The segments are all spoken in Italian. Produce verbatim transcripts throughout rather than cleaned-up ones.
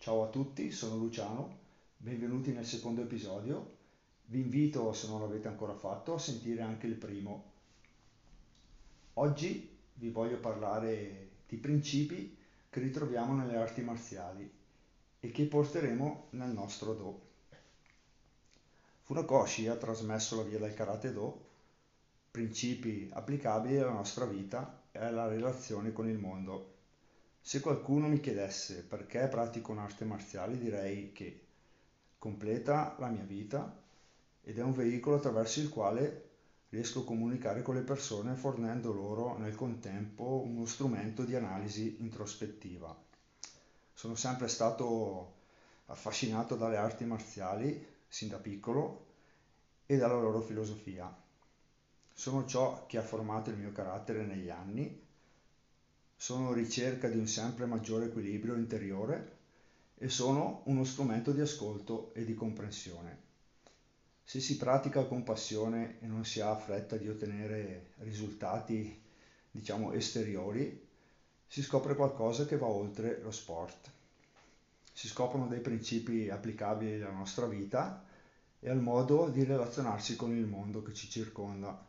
Ciao a tutti, sono Luciano, benvenuti nel secondo episodio. Vi invito, se non l'avete ancora fatto, a sentire anche il primo. Oggi vi voglio parlare di principi che ritroviamo nelle arti marziali e che porteremo nel nostro Do. Funakoshi ha trasmesso la via del Karate Do, principi applicabili alla nostra vita e alla relazione con il mondo. Se qualcuno mi chiedesse perché pratico un'arte marziale, direi che completa la mia vita ed è un veicolo attraverso il quale riesco a comunicare con le persone fornendo loro nel contempo uno strumento di analisi introspettiva. Sono sempre stato affascinato dalle arti marziali sin da piccolo e dalla loro filosofia. Sono ciò che ha formato il mio carattere negli anni. Sono ricerca di un sempre maggiore equilibrio interiore e sono uno strumento di ascolto e di comprensione. Se si pratica con passione e non si ha fretta di ottenere risultati, diciamo, esteriori, si scopre qualcosa che va oltre lo sport. Si scoprono dei principi applicabili alla nostra vita e al modo di relazionarsi con il mondo che ci circonda.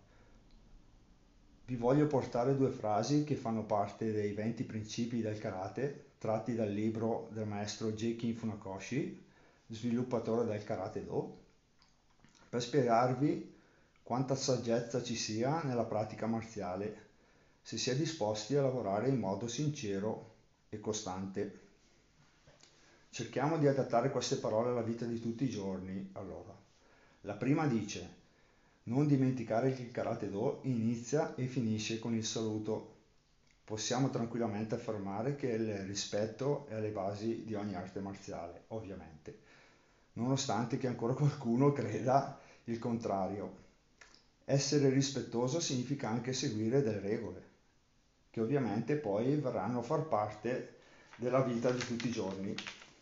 Vi voglio portare due frasi che fanno parte dei venti principi del karate, tratti dal libro del maestro Jeikin Funakoshi, sviluppatore del Karate Do, per spiegarvi quanta saggezza ci sia nella pratica marziale, se si è disposti a lavorare in modo sincero e costante. Cerchiamo di adattare queste parole alla vita di tutti i giorni. Allora, la prima dice: non dimenticare che il Karate Do inizia e finisce con il saluto. Possiamo tranquillamente affermare che il rispetto è alle basi di ogni arte marziale, ovviamente, nonostante che ancora qualcuno creda il contrario. Essere rispettoso significa anche seguire delle regole, che ovviamente poi verranno a far parte della vita di tutti i giorni.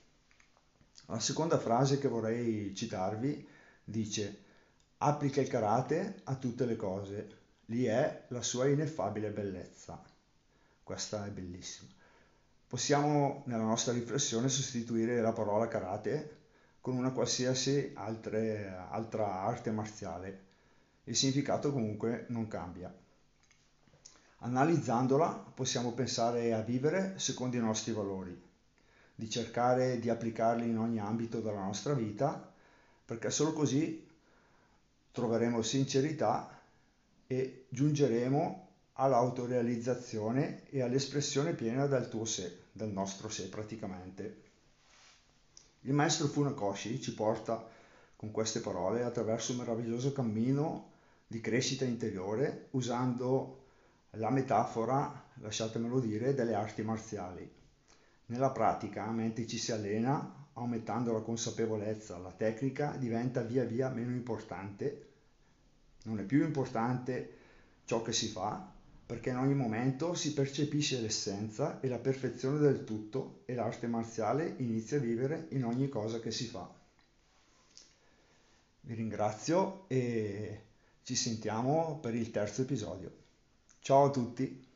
La seconda frase che vorrei citarvi dice: applica il karate a tutte le cose, lì è la sua ineffabile bellezza. Questa è bellissima. Possiamo nella nostra riflessione sostituire la parola karate con una qualsiasi altre, altra arte marziale. Il significato comunque non cambia. Analizzandola possiamo pensare a vivere secondo i nostri valori, di cercare di applicarli in ogni ambito della nostra vita, perché solo così troveremo sincerità e giungeremo all'autorealizzazione e all'espressione piena del tuo sé, del nostro sé praticamente. Il maestro Funakoshi ci porta con queste parole attraverso un meraviglioso cammino di crescita interiore usando la metafora, lasciatemelo dire, delle arti marziali. Nella pratica, mentre ci si allena, aumentando la consapevolezza, la tecnica diventa via via meno importante. Non è più importante ciò che si fa, perché in ogni momento si percepisce l'essenza e la perfezione del tutto e l'arte marziale inizia a vivere in ogni cosa che si fa. Vi ringrazio e ci sentiamo per il terzo episodio. Ciao a tutti!